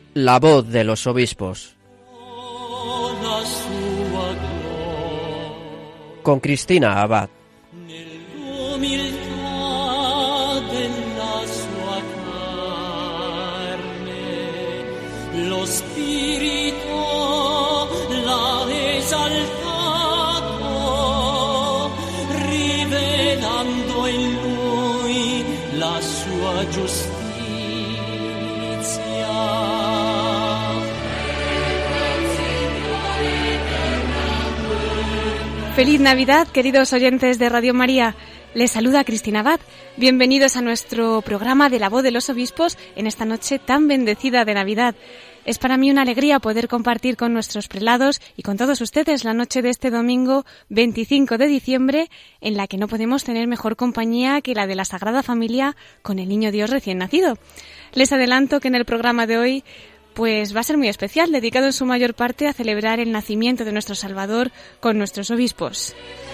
La voz de los obispos. Con Cristina Abad. Lo Spirito l'ha esaltato, rivelando in lui la sua giustizia. Feliz Navidad, queridos oyentes de Radio María. Les saluda Cristina Abad. Bienvenidos a nuestro programa de La Voz de los Obispos en esta noche tan bendecida de Navidad. Es para mí una alegría poder compartir con nuestros prelados y con todos ustedes la noche de este domingo 25 de diciembre, en la que no podemos tener mejor compañía que la de la Sagrada Familia con el Niño Dios recién nacido. Les adelanto que en el programa de hoy pues va a ser muy especial, dedicado en su mayor parte a celebrar el nacimiento de nuestro Salvador con nuestros obispos.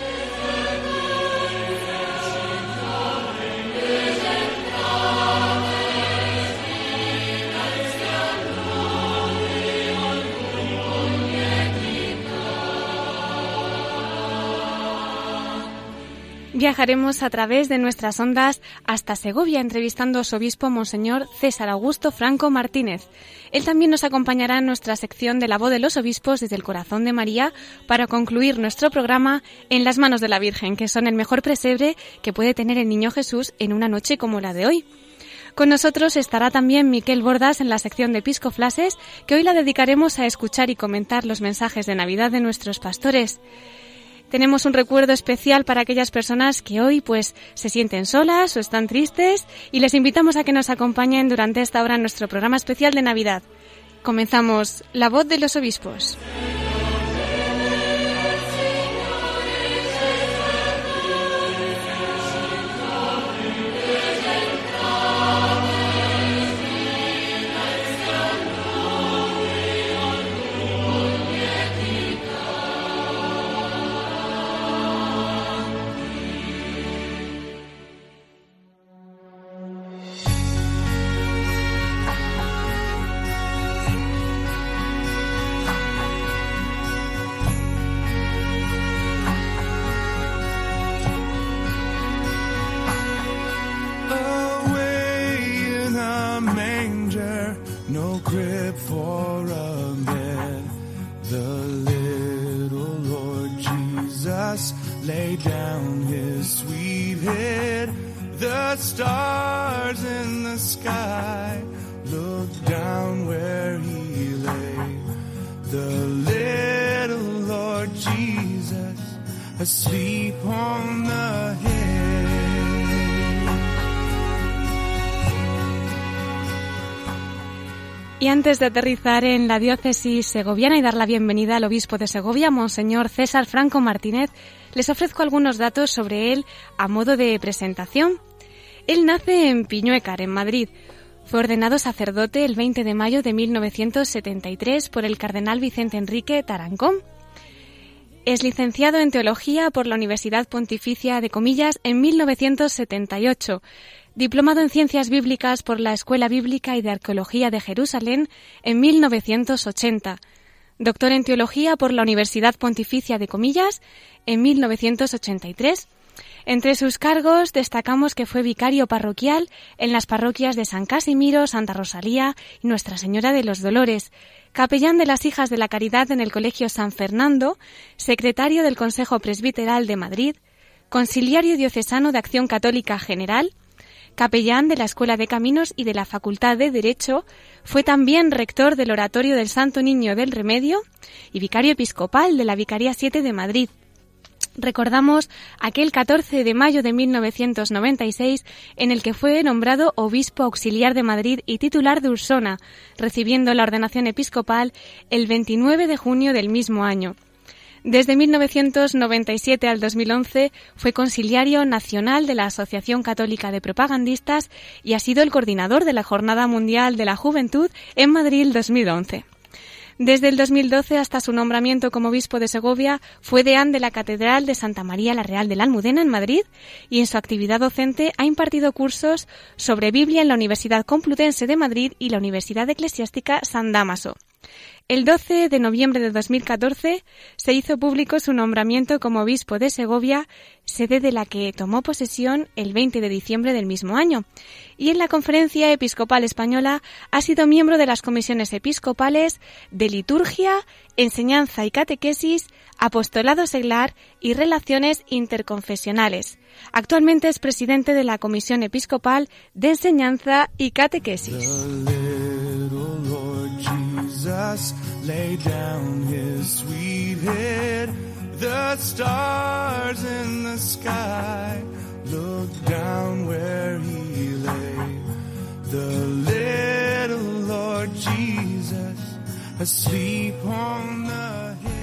Viajaremos a través de nuestras ondas hasta Segovia, entrevistando a su obispo, Monseñor César Augusto Franco Martínez. Él también nos acompañará en nuestra sección de La Voz de los Obispos desde el Corazón de María para concluir nuestro programa en las manos de la Virgen, que son el mejor pesebre que puede tener el Niño Jesús en una noche como la de hoy. Con nosotros estará también Miquel Bordas en la sección de Episcoflases, que hoy la dedicaremos a escuchar y comentar los mensajes de Navidad de nuestros pastores. Tenemos un recuerdo especial para aquellas personas que hoy pues se sienten solas o están tristes y les invitamos a que nos acompañen durante esta hora en nuestro programa especial de Navidad. Comenzamos La Voz de los Obispos. Lay down his sweet head. The stars in the sky look down where he lay. The little Lord Jesus asleep on the hill. Y antes de aterrizar en la diócesis segoviana y dar la bienvenida al obispo de Segovia, Monseñor César Franco Martínez, les ofrezco algunos datos sobre él a modo de presentación. Él nace en Piñuecar, en Madrid. Fue ordenado sacerdote el 20 de mayo de 1973 por el cardenal Vicente Enrique Tarancón. Es licenciado en Teología por la Universidad Pontificia de Comillas en 1978, diplomado en Ciencias Bíblicas por la Escuela Bíblica y de Arqueología de Jerusalén en 1980, doctor en Teología por la Universidad Pontificia de Comillas en 1983. Entre sus cargos destacamos que fue vicario parroquial en las parroquias de San Casimiro, Santa Rosalía y Nuestra Señora de los Dolores, capellán de las Hijas de la Caridad en el Colegio San Fernando, secretario del Consejo Presbiteral de Madrid, conciliario diocesano de Acción Católica General, capellán de la Escuela de Caminos y de la Facultad de Derecho, fue también rector del Oratorio del Santo Niño del Remedio y vicario episcopal de la Vicaría 7 de Madrid. Recordamos aquel 14 de mayo de 1996 en el que fue nombrado obispo auxiliar de Madrid y titular de Ursona, recibiendo la ordenación episcopal el 29 de junio del mismo año. Desde 1997 al 2011 fue conciliario nacional de la Asociación Católica de Propagandistas y ha sido el coordinador de la Jornada Mundial de la Juventud en Madrid 2011. Desde el 2012 hasta su nombramiento como obispo de Segovia, fue deán de la Catedral de Santa María la Real de la Almudena en Madrid y en su actividad docente ha impartido cursos sobre Biblia en la Universidad Complutense de Madrid y la Universidad Eclesiástica San Dámaso. El 12 de noviembre de 2014 se hizo público su nombramiento como obispo de Segovia, sede de la que tomó posesión el 20 de diciembre del mismo año. Y en la Conferencia Episcopal Española ha sido miembro de las comisiones episcopales de Liturgia, Enseñanza y Catequesis, Apostolado Seglar y Relaciones Interconfesionales. Actualmente es presidente de la Comisión Episcopal de Enseñanza y Catequesis. Jesus lay down his sweet head. The stars in the sky looked down where he lay. The little Lord Jesus asleep on the hill.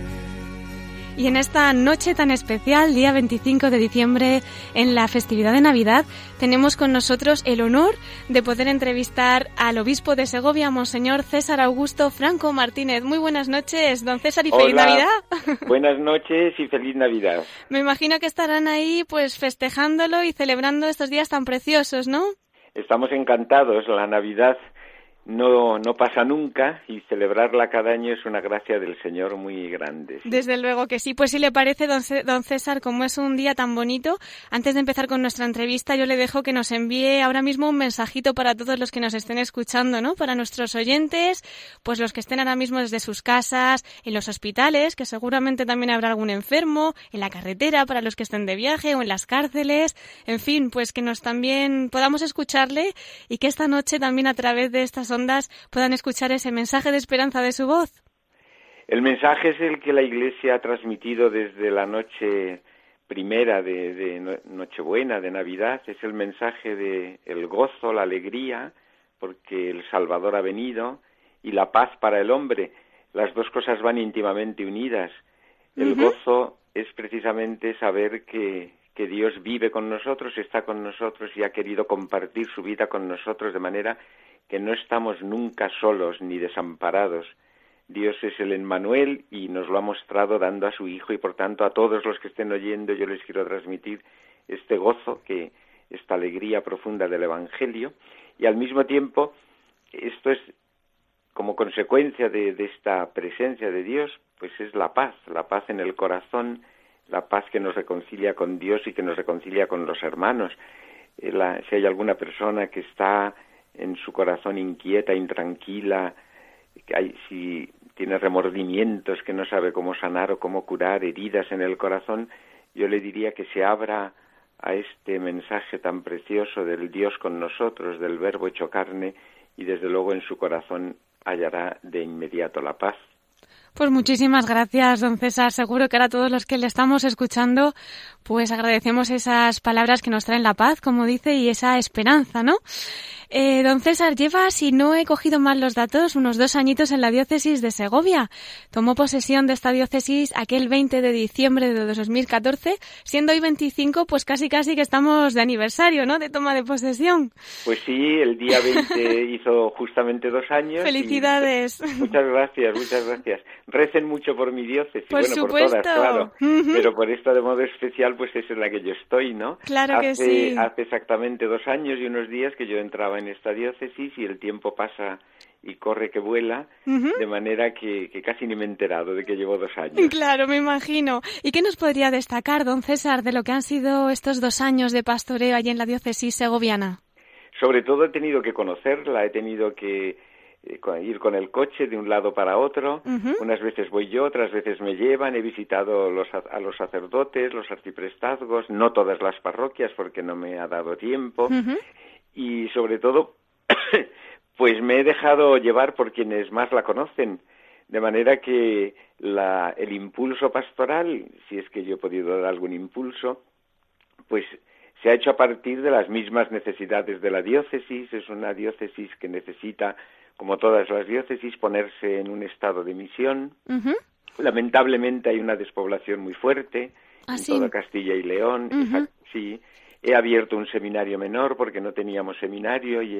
Y en esta noche tan especial, día 25 de diciembre, en la festividad de Navidad, tenemos con nosotros el honor de poder entrevistar al obispo de Segovia, Monseñor César Augusto Franco Martínez. Muy buenas noches, don César, y feliz Navidad. Buenas noches y feliz Navidad. Me imagino que estarán ahí pues festejándolo y celebrando estos días tan preciosos, ¿no? Estamos encantados. La Navidad no pasa nunca y celebrarla cada año es una gracia del Señor muy grande. ¿Sí? Desde luego que sí. Pues si le parece, don César, como es un día tan bonito, antes de empezar con nuestra entrevista, yo le dejo que nos envíe ahora mismo un mensajito para todos los que nos estén escuchando, ¿no? Para nuestros oyentes, pues los que estén ahora mismo desde sus casas, en los hospitales, que seguramente también habrá algún enfermo, en la carretera, para los que estén de viaje o en las cárceles, en fin, pues que nos también podamos escucharle y que esta noche también a través de estas ondas puedan escuchar ese mensaje de esperanza de su voz. El mensaje es el que la Iglesia ha transmitido desde la noche primera de Nochebuena, de Navidad. Es el mensaje de el gozo, la alegría, porque el Salvador ha venido, y la paz para el hombre. Las dos cosas van íntimamente unidas. El gozo es precisamente saber que Dios vive con nosotros, está con nosotros y ha querido compartir su vida con nosotros, de manera que no estamos nunca solos ni desamparados. Dios es el Emmanuel y nos lo ha mostrado dando a su Hijo, y por tanto a todos los que estén oyendo yo les quiero transmitir este gozo, esta alegría profunda del Evangelio, y al mismo tiempo esto es como consecuencia de esta presencia de Dios, pues es la paz en el corazón, la paz que nos reconcilia con Dios y que nos reconcilia con los hermanos. Si hay alguna persona que está en su corazón inquieta, intranquila, si tiene remordimientos, que no sabe cómo sanar o cómo curar, heridas en el corazón, yo le diría que se abra a este mensaje tan precioso del Dios con nosotros, del Verbo hecho carne, y desde luego en su corazón hallará de inmediato la paz. Pues muchísimas gracias, don César. Seguro que ahora todos los que le estamos escuchando, pues agradecemos esas palabras que nos traen la paz, como dice, y esa esperanza, ¿no? Don César lleva, si no he cogido mal los datos, unos 2 añitos en la diócesis de Segovia. Tomó posesión de esta diócesis aquel 20 de diciembre de 2014, siendo hoy 25, pues casi que estamos de aniversario, ¿no?, de toma de posesión. Pues sí, el día 20 hizo justamente 2 años. ¡Felicidades! Muchas gracias. Recen mucho por mi diócesis, por supuesto. Por todas, claro. Pero por esta de modo especial, pues es en la que yo estoy, ¿no? Claro que sí. Hace exactamente 2 años y unos días que yo entraba en esta diócesis, y el tiempo pasa y corre que vuela, de manera que casi ni me he enterado de que llevo 2 años. Claro, me imagino. ¿Y qué nos podría destacar, don César, de lo que han sido estos 2 años de pastoreo allí en la diócesis segoviana? Sobre todo he tenido que conocerla, he tenido que ir con el coche de un lado para otro. Unas veces voy yo, otras veces me llevan. He visitado a los sacerdotes, los arciprestazgos, no todas las parroquias porque no me ha dado tiempo. Y sobre todo, pues me he dejado llevar por quienes más la conocen, de manera que el impulso pastoral, si es que yo he podido dar algún impulso, pues se ha hecho a partir de las mismas necesidades de la diócesis. Es una diócesis que necesita, como todas las diócesis, ponerse en un estado de misión. Lamentablemente hay una despoblación muy fuerte en toda Castilla y León. Sí. He abierto un seminario menor porque no teníamos seminario, y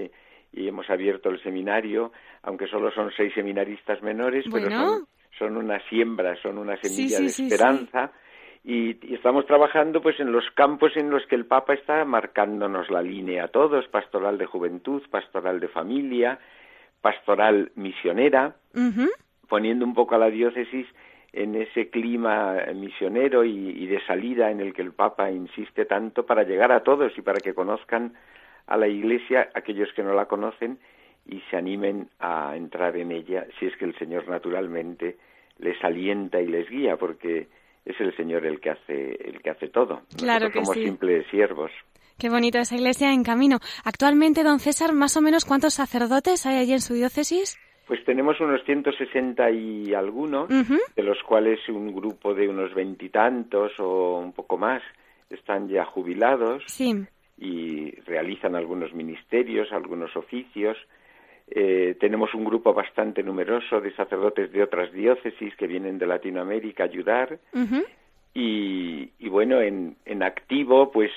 y hemos abierto el seminario, aunque solo son 6 seminaristas menores, Bueno. pero son una siembra, son una semilla Sí, de sí, esperanza. Y estamos trabajando pues en los campos en los que el Papa está marcándonos la línea a todos: pastoral de juventud, pastoral de familia, pastoral misionera, Ujú. poniendo un poco a la diócesis en ese clima misionero y de salida en el que el Papa insiste tanto, para llegar a todos y para que conozcan a la Iglesia aquellos que no la conocen y se animen a entrar en ella, si es que el Señor naturalmente les alienta y les guía, porque es el Señor el que hace todo. Claro Nosotros que somos sí. simples siervos. Qué bonito esa iglesia en camino. Actualmente, don César, más o menos, ¿cuántos sacerdotes hay allí en su diócesis? Pues tenemos unos 160 y algunos, Ujú. de los cuales un grupo de unos 20 y tantos o un poco más están ya jubilados Sí. y realizan algunos ministerios, algunos oficios. Tenemos un grupo bastante numeroso de sacerdotes de otras diócesis que vienen de Latinoamérica a ayudar. Ujú. Y bueno, en activo, pues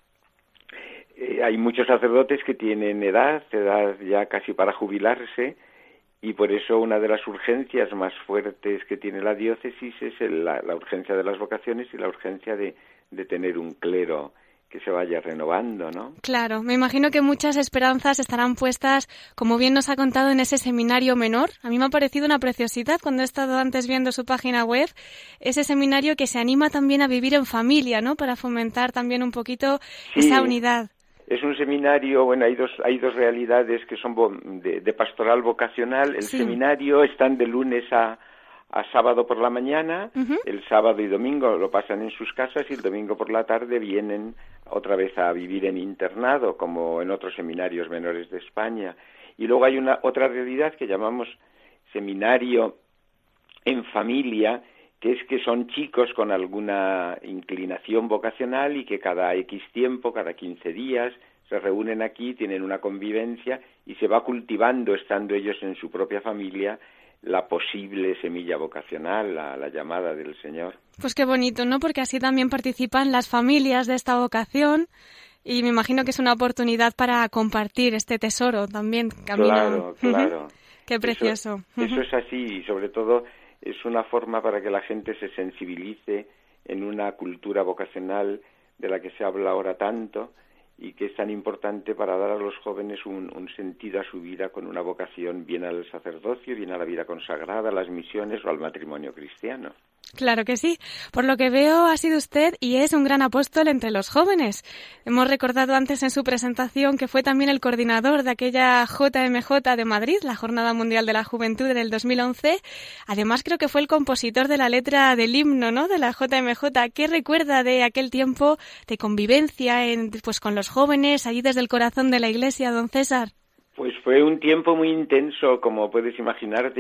hay muchos sacerdotes que tienen edad ya casi para jubilarse, y por eso una de las urgencias más fuertes que tiene la diócesis es la urgencia de las vocaciones y la urgencia de tener un clero que se vaya renovando, ¿no? Claro, me imagino que muchas esperanzas estarán puestas, como bien nos ha contado, en ese seminario menor. A mí me ha parecido una preciosidad cuando he estado antes viendo su página web, ese seminario que se anima también a vivir en familia, ¿no?, para fomentar también un poquito esa unidad. Es un seminario, bueno, hay dos realidades que son de pastoral vocacional. El seminario están de lunes a sábado por la mañana, Uh-huh. El sábado y domingo lo pasan en sus casas y el domingo por la tarde vienen otra vez a vivir en internado, como en otros seminarios menores de España. Y luego hay otra realidad que llamamos seminario en familia, que es que son chicos con alguna inclinación vocacional y que cada X tiempo, cada 15 días, se reúnen aquí, tienen una convivencia y se va cultivando, estando ellos en su propia familia, la posible semilla vocacional, la llamada del Señor. Pues qué bonito, ¿no? Porque así también participan las familias de esta vocación y me imagino que es una oportunidad para compartir este tesoro también. Claro, claro. Qué precioso. Eso es así, y sobre todo es una forma para que la gente se sensibilice en una cultura vocacional de la que se habla ahora tanto y que es tan importante para dar a los jóvenes un sentido a su vida con una vocación bien al sacerdocio, bien a la vida consagrada, a las misiones o al matrimonio cristiano. Claro que sí. Por lo que veo, ha sido usted y es un gran apóstol entre los jóvenes. Hemos recordado antes en su presentación que fue también el coordinador de aquella JMJ de Madrid, la Jornada Mundial de la Juventud en el 2011. Además, creo que fue el compositor de la letra del himno, ¿no?, de la JMJ. ¿Qué recuerda de aquel tiempo de convivencia pues con los jóvenes, allí desde el corazón de la Iglesia, don César? Pues fue un tiempo muy intenso, como puedes imaginarte,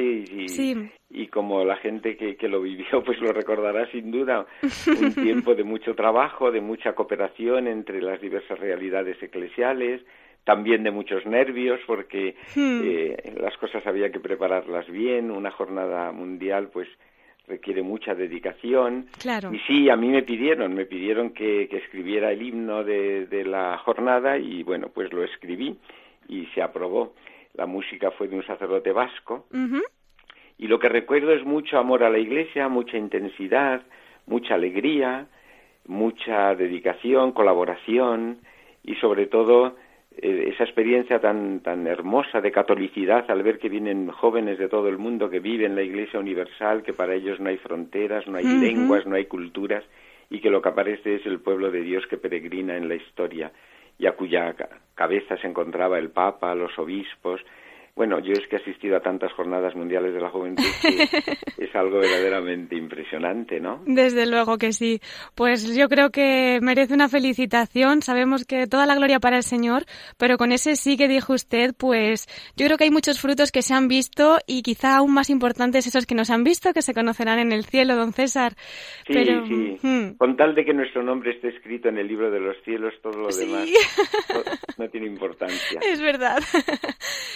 y como la gente que lo vivió pues lo recordará sin duda. Un tiempo de mucho trabajo, de mucha cooperación entre las diversas realidades eclesiales, también de muchos nervios, porque las cosas había que prepararlas bien. Una jornada mundial pues requiere mucha dedicación. Claro. Y sí, a mí me pidieron que escribiera el himno de la jornada, y bueno, pues lo escribí y se aprobó. La música fue de un sacerdote vasco. Uh-huh. Y lo que recuerdo es mucho amor a la Iglesia, mucha intensidad, mucha alegría, mucha dedicación, colaboración y sobre todo esa experiencia tan hermosa de catolicidad al ver que vienen jóvenes de todo el mundo que viven la Iglesia universal, que para ellos no hay fronteras, no hay Uh-huh. lenguas, no hay culturas, y que lo que aparece es el pueblo de Dios que peregrina en la historia y a cuya cabeza se encontraba el Papa, los obispos. Bueno, yo es que he asistido a tantas jornadas mundiales de la juventud que es algo verdaderamente impresionante, ¿no? Desde luego que sí. Pues yo creo que merece una felicitación. Sabemos que toda la gloria para el Señor, pero con ese sí que dijo usted, pues yo creo que hay muchos frutos que se han visto y quizá aún más importantes esos que no se han visto, que se conocerán en el cielo, don César. Sí, pero, sí. Con tal de que nuestro nombre esté escrito en el libro de los cielos, todo lo demás no tiene importancia. Es verdad. Don César,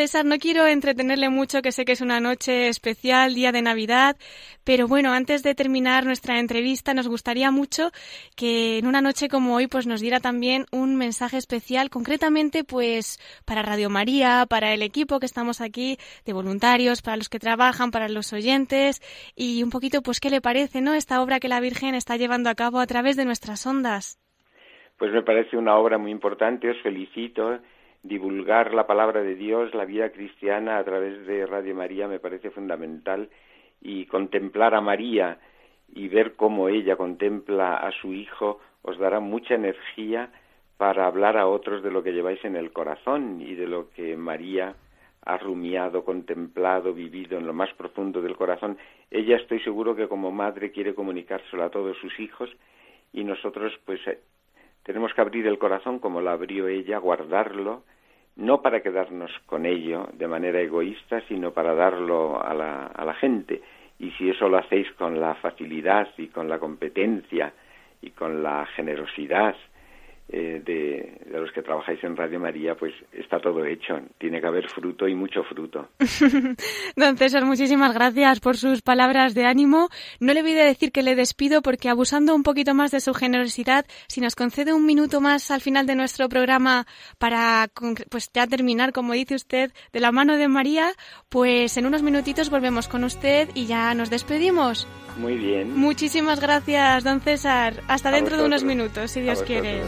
César, no quiero entretenerle mucho, que sé que es una noche especial, día de Navidad, pero bueno, antes de terminar nuestra entrevista, nos gustaría mucho que en una noche como hoy pues nos diera también un mensaje especial, concretamente pues para Radio María, para el equipo que estamos aquí de voluntarios, para los que trabajan, para los oyentes, y un poquito pues qué le parece, ¿no?, esta obra que la Virgen está llevando a cabo a través de nuestras ondas. Pues me parece una obra muy importante, os felicito. Divulgar la palabra de Dios, la vida cristiana a través de Radio María me parece fundamental, y contemplar a María y ver cómo ella contempla a su Hijo os dará mucha energía para hablar a otros de lo que lleváis en el corazón y de lo que María ha rumiado, contemplado, vivido en lo más profundo del corazón. Ella, estoy seguro que como madre quiere comunicárselo a todos sus hijos, y nosotros pues tenemos que abrir el corazón como lo abrió ella, guardarlo, no para quedarnos con ello de manera egoísta, sino para darlo a la gente. Y si eso lo hacéis con la facilidad y con la competencia y con la generosidad de los que trabajáis en Radio María, pues está todo hecho. Tiene que haber fruto, y mucho fruto. Don César, muchísimas gracias por sus palabras de ánimo. No le voy a decir que le despido, porque abusando un poquito más de su generosidad, si nos concede un minuto más al final de nuestro programa para pues ya terminar, como dice usted, de la mano de María, pues en unos minutitos volvemos con usted y ya nos despedimos. Muy bien. Muchísimas gracias, don César. Hasta dentro de unos minutos, si Dios quiere.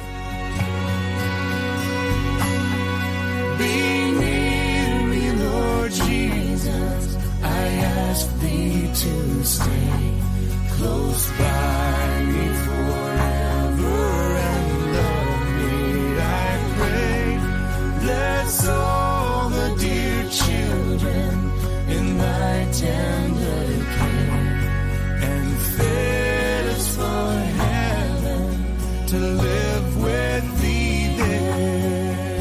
Be near me, Lord Jesus. I ask thee to stay close by me forever and love me, I pray. Bless all the dear children in thy tender care, and fit us for heaven to live with thee there.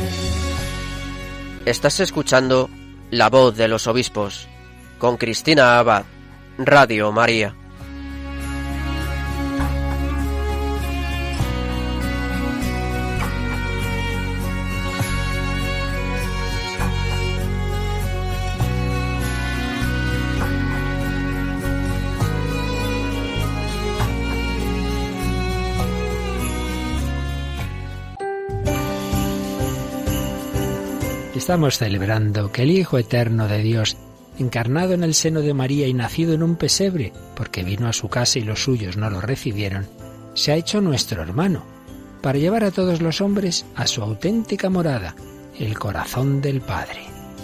Estás escuchando La Voz de los Obispos con Cristina Abad, Radio María. Estamos celebrando que el Hijo Eterno de Dios, encarnado en el seno de María y nacido en un pesebre, porque vino a su casa y los suyos no lo recibieron, se ha hecho nuestro hermano, para llevar a todos los hombres a su auténtica morada, el corazón del Padre.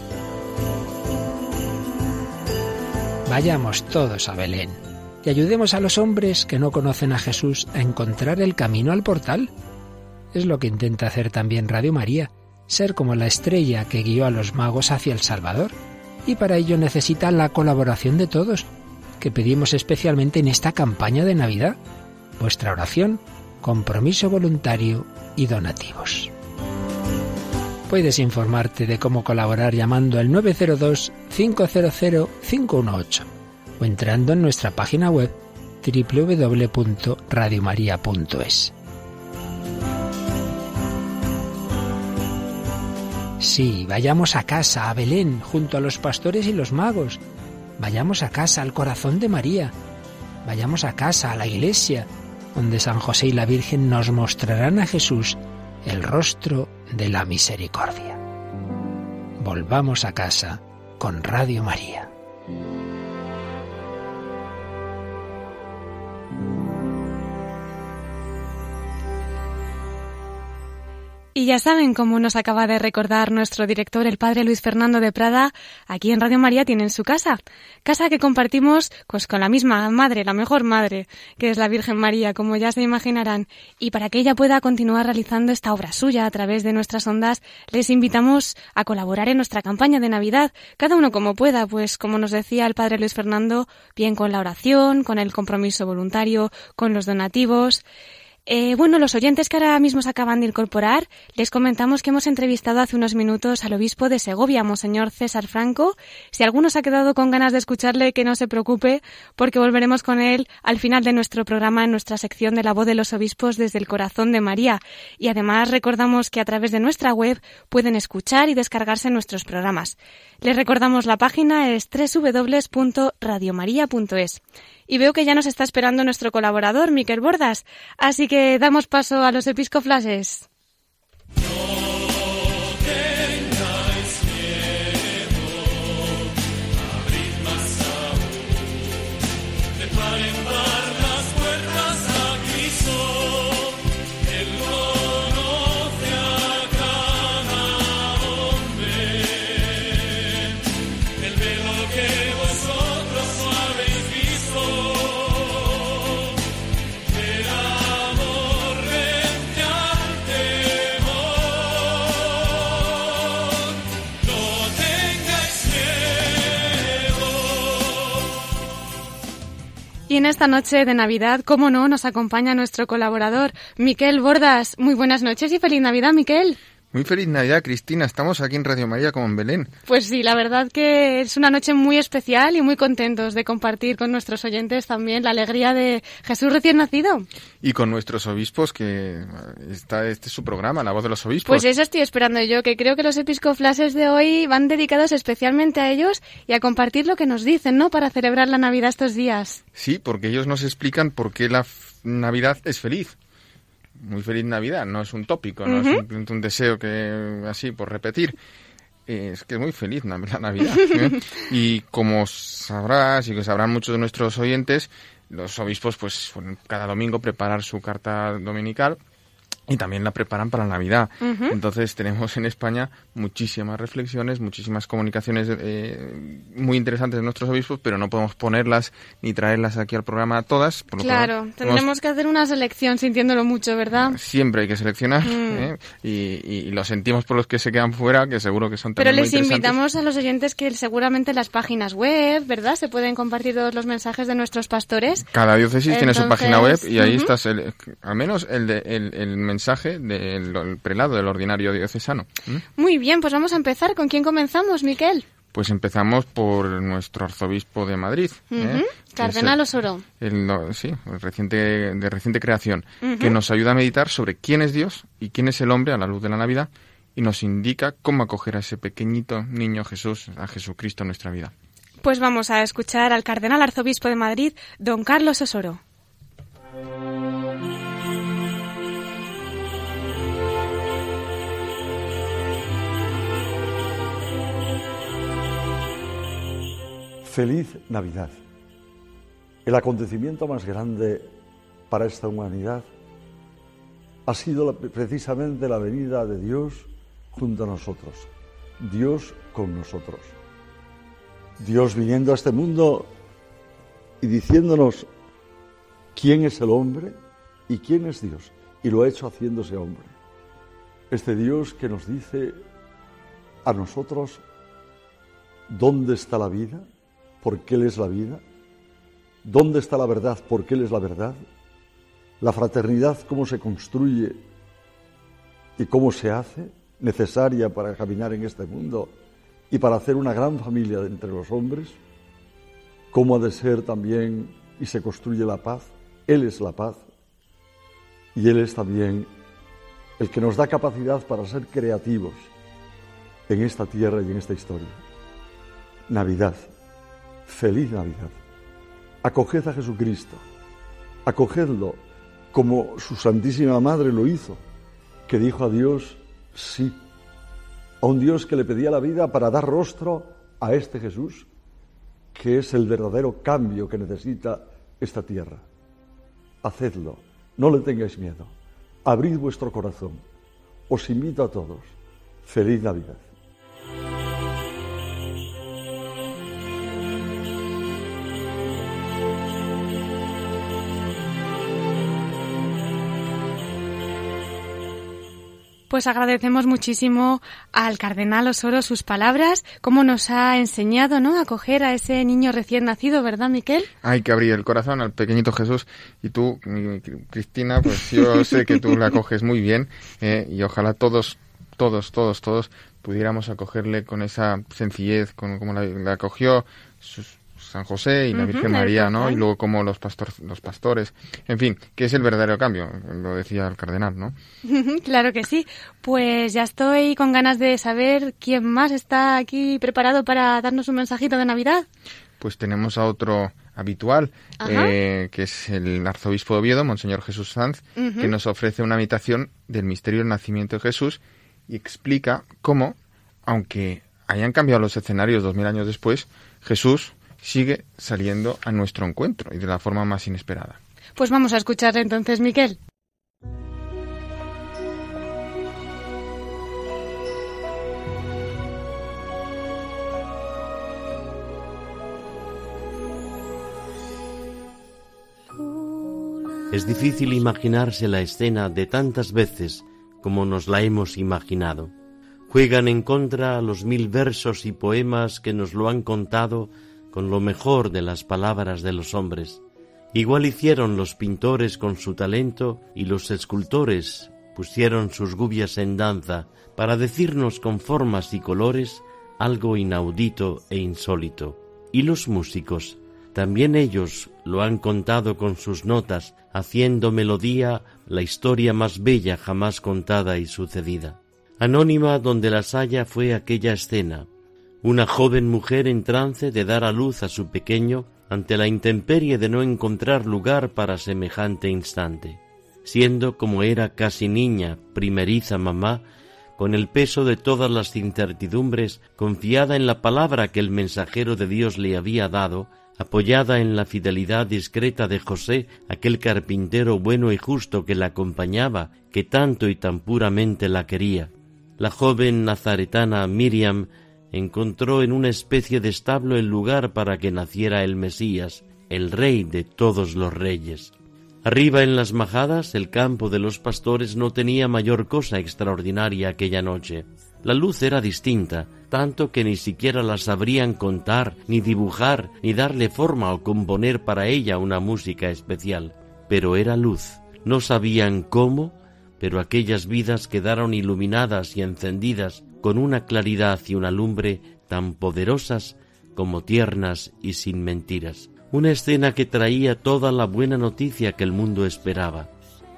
Vayamos todos a Belén y ayudemos a los hombres que no conocen a Jesús a encontrar el camino al portal. Es lo que intenta hacer también Radio María, ser como la estrella que guió a los magos hacia el Salvador, y para ello necesita la colaboración de todos, que pedimos especialmente en esta campaña de Navidad: vuestra oración, compromiso voluntario y donativos. Puedes informarte de cómo colaborar llamando al 902-500-518 o entrando en nuestra página web www.radiomaria.es. Sí, vayamos a casa, a Belén, junto a los pastores y los magos. Vayamos a casa, al corazón de María. Vayamos a casa, a la iglesia, donde San José y la Virgen nos mostrarán a Jesús, el rostro de la misericordia. Volvamos a casa con Radio María. Y ya saben, como nos acaba de recordar nuestro director, el padre Luis Fernando de Prada, aquí en Radio María tienen su casa. Casa que compartimos pues con la misma madre, la mejor madre, que es la Virgen María, como ya se imaginarán. Y para que ella pueda continuar realizando esta obra suya a través de nuestras ondas, les invitamos a colaborar en nuestra campaña de Navidad, cada uno como pueda, pues como nos decía el padre Luis Fernando, bien con la oración, con el compromiso voluntario, con los donativos. Bueno, los oyentes que ahora mismo se acaban de incorporar, les comentamos que hemos entrevistado hace unos minutos al obispo de Segovia, Monseñor César Franco. Si alguno se ha quedado con ganas de escucharle, que no se preocupe, porque volveremos con él al final de nuestro programa en nuestra sección de la voz de los obispos desde el corazón de María. Y además recordamos que a través de nuestra web pueden escuchar y descargarse nuestros programas. Les recordamos la página es www.radiomaria.es. Y veo que ya nos está esperando nuestro colaborador, Miquel Bordas. Así que damos paso a los episcoflases. Y en esta noche de Navidad, cómo no, nos acompaña nuestro colaborador, Miquel Bordas. Muy buenas noches y feliz Navidad, Miquel. Muy feliz Navidad, Cristina. Estamos aquí en Radio María como en Belén. Pues sí, la verdad que es una noche muy especial y muy contentos de compartir con nuestros oyentes también la alegría de Jesús recién nacido. Y con nuestros obispos, que este es su programa, La Voz de los Obispos. Pues eso estoy esperando yo, que creo que los episcoflases de hoy van dedicados especialmente a ellos y a compartir lo que nos dicen, ¿no?, para celebrar la Navidad estos días. Sí, porque ellos nos explican por qué la Navidad es feliz. Muy feliz Navidad, no es un tópico, no es simplemente un deseo que así por repetir. Es que es muy feliz la Navidad, ¿eh? Y como sabrás y que sabrán muchos de nuestros oyentes, los obispos pues cada domingo preparan su carta dominical y también la preparan para Navidad. Entonces tenemos en España muchísimas reflexiones, muchísimas comunicaciones muy interesantes de nuestros obispos, pero no podemos ponerlas ni traerlas aquí al programa todas. Por claro, tendremos que hacer una selección sintiéndolo mucho, ¿verdad? Siempre hay que seleccionar, y lo sentimos por los que se quedan fuera, que seguro que son también muy interesantes. Pero les invitamos a los oyentes que seguramente en las páginas web, ¿verdad?, se pueden compartir todos los mensajes de nuestros pastores. Cada diócesis tiene su página web y ahí está al menos el mensaje del prelado del ordinario diocesano. Muy bien, pues vamos a empezar. ¿Con quién comenzamos, Miquel? Pues empezamos por nuestro arzobispo de Madrid, Cardenal Osoro. De reciente creación, que nos ayuda a meditar sobre quién es Dios y quién es el hombre a la luz de la Navidad y nos indica cómo acoger a ese pequeñito niño Jesús, a Jesucristo en nuestra vida. Pues vamos a escuchar al Cardenal Arzobispo de Madrid, don Carlos Osoro. Feliz Navidad. El acontecimiento más grande para esta humanidad ha sido precisamente la venida de Dios junto a nosotros, Dios con nosotros. Dios viniendo a este mundo y diciéndonos quién es el hombre y quién es Dios, y lo ha hecho haciéndose hombre. Este Dios que nos dice a nosotros dónde está la vida, porque Él es la vida, dónde está la verdad, porque Él es la verdad, la fraternidad, cómo se construye y cómo se hace, necesaria para caminar en este mundo y para hacer una gran familia entre los hombres, cómo ha de ser también y se construye la paz. Él es la paz y Él es también el que nos da capacidad para ser creativos en esta tierra y en esta historia. Navidad. Feliz Navidad. Acoged a Jesucristo, acogedlo como su Santísima Madre lo hizo, que dijo a Dios sí, a un Dios que le pedía la vida para dar rostro a este Jesús, que es el verdadero cambio que necesita esta tierra. Hacedlo, no le tengáis miedo, abrid vuestro corazón, os invito a todos. Feliz Navidad. Pues agradecemos muchísimo al cardenal Osoro sus palabras, cómo nos ha enseñado, ¿no?, a acoger a ese niño recién nacido, ¿verdad, Miquel? Hay que abrir el corazón al pequeñito Jesús, y tú, Cristina, pues yo sé que tú la acoges muy bien, y ojalá todos pudiéramos acogerle con esa sencillez, como la acogió San José y la Virgen María, ¿no? Y luego como los pastores, en fin, que es el verdadero cambio, lo decía el cardenal, ¿no? Claro que sí. Pues ya estoy con ganas de saber quién más está aquí preparado para darnos un mensajito de Navidad. Pues tenemos a otro habitual, que es el arzobispo de Oviedo, Monseñor Jesús Sanz, que nos ofrece una meditación del misterio del nacimiento de Jesús y explica cómo, aunque hayan cambiado los escenarios 2000 años después, Jesús sigue saliendo a nuestro encuentro y de la forma más inesperada. Pues vamos a escuchar entonces, Miquel. Es difícil imaginarse la escena de tantas veces como nos la hemos imaginado. Juegan en contra los 1000 versos y poemas que nos lo han contado con lo mejor de las palabras de los hombres. Igual hicieron los pintores con su talento y los escultores pusieron sus gubias en danza para decirnos con formas y colores algo inaudito e insólito. Y los músicos, también ellos lo han contado con sus notas, haciendo melodía la historia más bella jamás contada y sucedida. Anónima donde las haya fue aquella escena. Una joven mujer en trance de dar a luz a su pequeño ante la intemperie de no encontrar lugar para semejante instante. Siendo como era casi niña, primeriza mamá, con el peso de todas las incertidumbres, confiada en la palabra que el mensajero de Dios le había dado, apoyada en la fidelidad discreta de José, aquel carpintero bueno y justo que la acompañaba, que tanto y tan puramente la quería. La joven nazaretana Miriam encontró en una especie de establo el lugar para que naciera el Mesías, el Rey de todos los reyes. Arriba en las majadas, el campo de los pastores no tenía mayor cosa extraordinaria aquella noche. La luz era distinta, tanto que ni siquiera la sabrían contar, ni dibujar, ni darle forma o componer para ella una música especial. Pero era luz. No sabían cómo, pero aquellas vidas quedaron iluminadas y encendidas con una claridad y una lumbre tan poderosas como tiernas y sin mentiras. Una escena que traía toda la buena noticia que el mundo esperaba.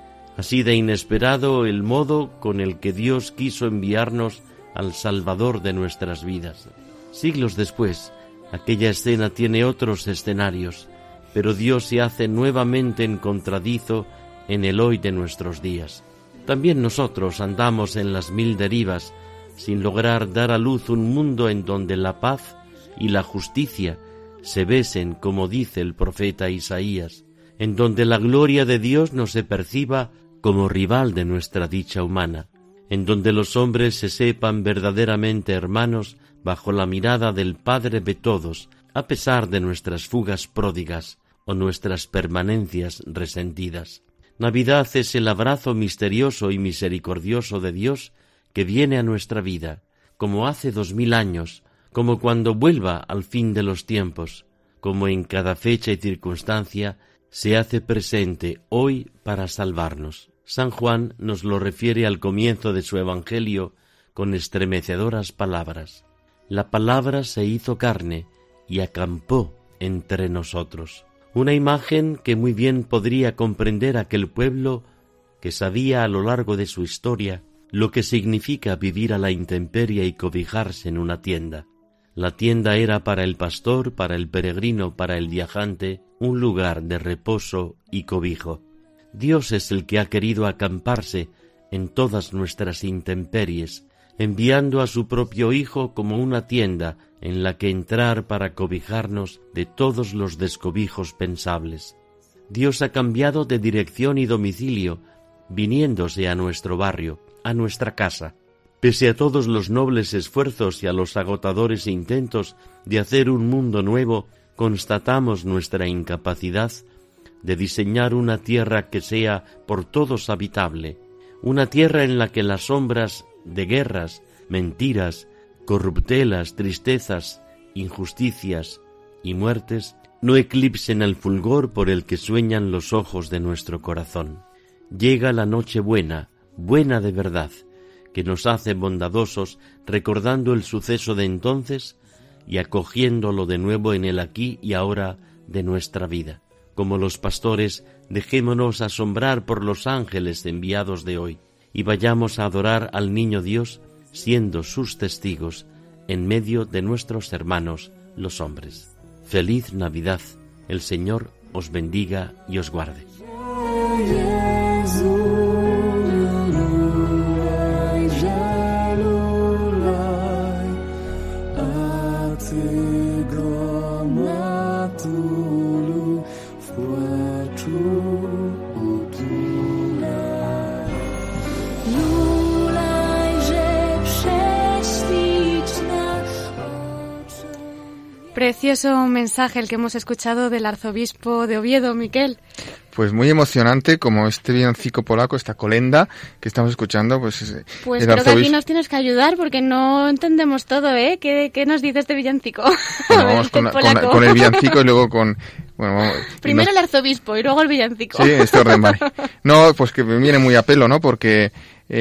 Así de inesperado el modo con el que Dios quiso enviarnos al Salvador de nuestras vidas. Siglos después, aquella escena tiene otros escenarios, pero Dios se hace nuevamente encontradizo en el hoy de nuestros días. También nosotros andamos en las 1000 derivas, sin lograr dar a luz un mundo en donde la paz y la justicia se besen, como dice el profeta Isaías, en donde la gloria de Dios no se perciba como rival de nuestra dicha humana, en donde los hombres se sepan verdaderamente hermanos bajo la mirada del Padre de todos, a pesar de nuestras fugas pródigas o nuestras permanencias resentidas. Navidad es el abrazo misterioso y misericordioso de Dios que viene a nuestra vida, como hace 2000 años, como cuando vuelva al fin de los tiempos, como en cada fecha y circunstancia se hace presente hoy para salvarnos. San Juan nos lo refiere al comienzo de su Evangelio con estremecedoras palabras. La palabra se hizo carne y acampó entre nosotros. Una imagen que muy bien podría comprender aquel pueblo que sabía a lo largo de su historia lo que significa vivir a la intemperie y cobijarse en una tienda. La tienda era para el pastor, para el peregrino, para el viajante, un lugar de reposo y cobijo. Dios es el que ha querido acamparse en todas nuestras intemperies, enviando a su propio Hijo como una tienda en la que entrar para cobijarnos de todos los descobijos pensables. Dios ha cambiado de dirección y domicilio, viniéndose a nuestro barrio, a nuestra casa. Pese a todos los nobles esfuerzos y a los agotadores intentos de hacer un mundo nuevo, constatamos nuestra incapacidad de diseñar una tierra que sea por todos habitable, una tierra en la que las sombras de guerras, mentiras, corruptelas, tristezas, injusticias y muertes no eclipsen el fulgor por el que sueñan los ojos de nuestro corazón. Llega la noche buena, buena de verdad, que nos hace bondadosos recordando el suceso de entonces y acogiéndolo de nuevo en el aquí y ahora de nuestra vida. Como los pastores, dejémonos asombrar por los ángeles enviados de hoy y vayamos a adorar al Niño Dios siendo sus testigos en medio de nuestros hermanos los hombres. Feliz Navidad. El Señor os bendiga y os guarde. Precioso mensaje el que hemos escuchado del arzobispo de Oviedo, Miquel. Pues muy emocionante, como este villancico polaco, esta colenda que estamos escuchando, pues creo que aquí nos tienes que ayudar porque no entendemos todo, ¿eh? ¿Qué nos dice este villancico? Bueno, vamos con el villancico y luego con... Bueno, primero el arzobispo y luego el villancico. Sí, este orden, vale. No, pues que me viene muy a pelo, ¿no? Porque...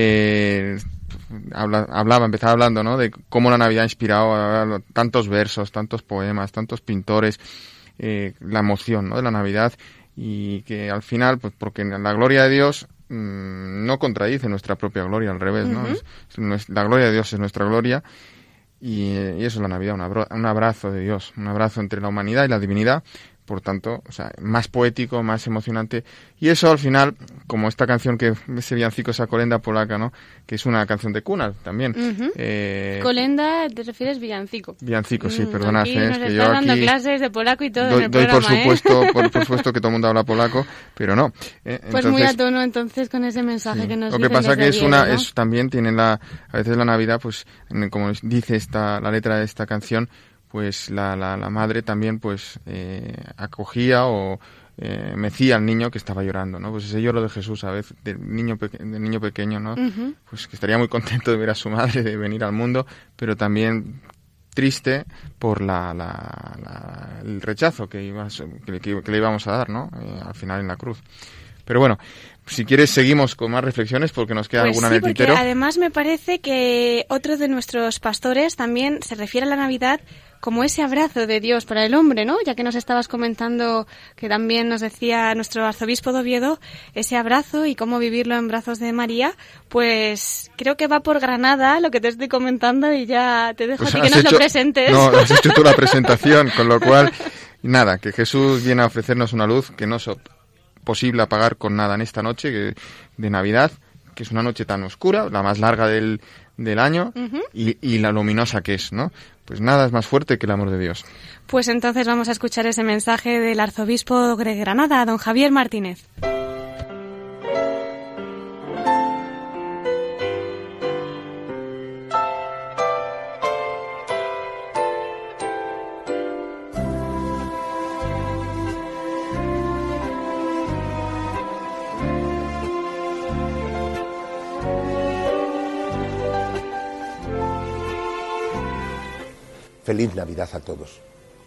empezaba hablando, ¿no? De cómo la Navidad ha inspirado tantos versos, tantos poemas, tantos pintores, la emoción, ¿no? De la Navidad, y que al final, pues porque la gloria de Dios no contradice nuestra propia gloria, al revés, ¿no? La gloria de Dios es nuestra gloria, y eso es la Navidad, un abrazo de Dios, un abrazo entre la humanidad y la divinidad. Por tanto, o sea, más poético, más emocionante. Y eso al final, como esta canción, ese villancico, esa colenda polaca, ¿no? Que es una canción de cuna también. Colenda, ¿te refieres villancico? Villancico, sí, perdonad. Aquí nos está dando clases de polaco y todo en el programa, por supuesto que todo el mundo habla polaco, pero no. Pues entonces, muy a tono entonces con ese mensaje que nos dicen. Lo que pasa que también tiene a veces la Navidad, pues, como dice la letra de esta canción, pues la madre también pues acogía o mecía al niño que estaba llorando, ¿no? Pues ese lloro de Jesús a veces, del niño pequeño, ¿no? Uh-huh. Pues que estaría muy contento de ver a su madre, de venir al mundo, pero también triste por el rechazo que le íbamos a dar, ¿no? Al final en la cruz. Pero bueno, si quieres seguimos con más reflexiones porque nos queda alguna en el tintero. Porque además me parece que otro de nuestros pastores también se refiere a la Navidad como ese abrazo de Dios para el hombre, ¿no? Ya que nos estabas comentando que también nos decía nuestro arzobispo de Oviedo ese abrazo y cómo vivirlo en brazos de María, pues creo que va por Granada lo que te estoy comentando y ya te dejo a ti que nos lo presentes. No, has hecho tú la presentación, con lo cual, nada, que Jesús viene a ofrecernos una luz que no es posible apagar con nada en esta noche de Navidad, que es una noche tan oscura, la más larga del año, uh-huh. y la luminosa que es, ¿no? Pues nada es más fuerte que el amor de Dios. Pues entonces vamos a escuchar ese mensaje del arzobispo de Granada, don Javier Martínez. Feliz Navidad a todos.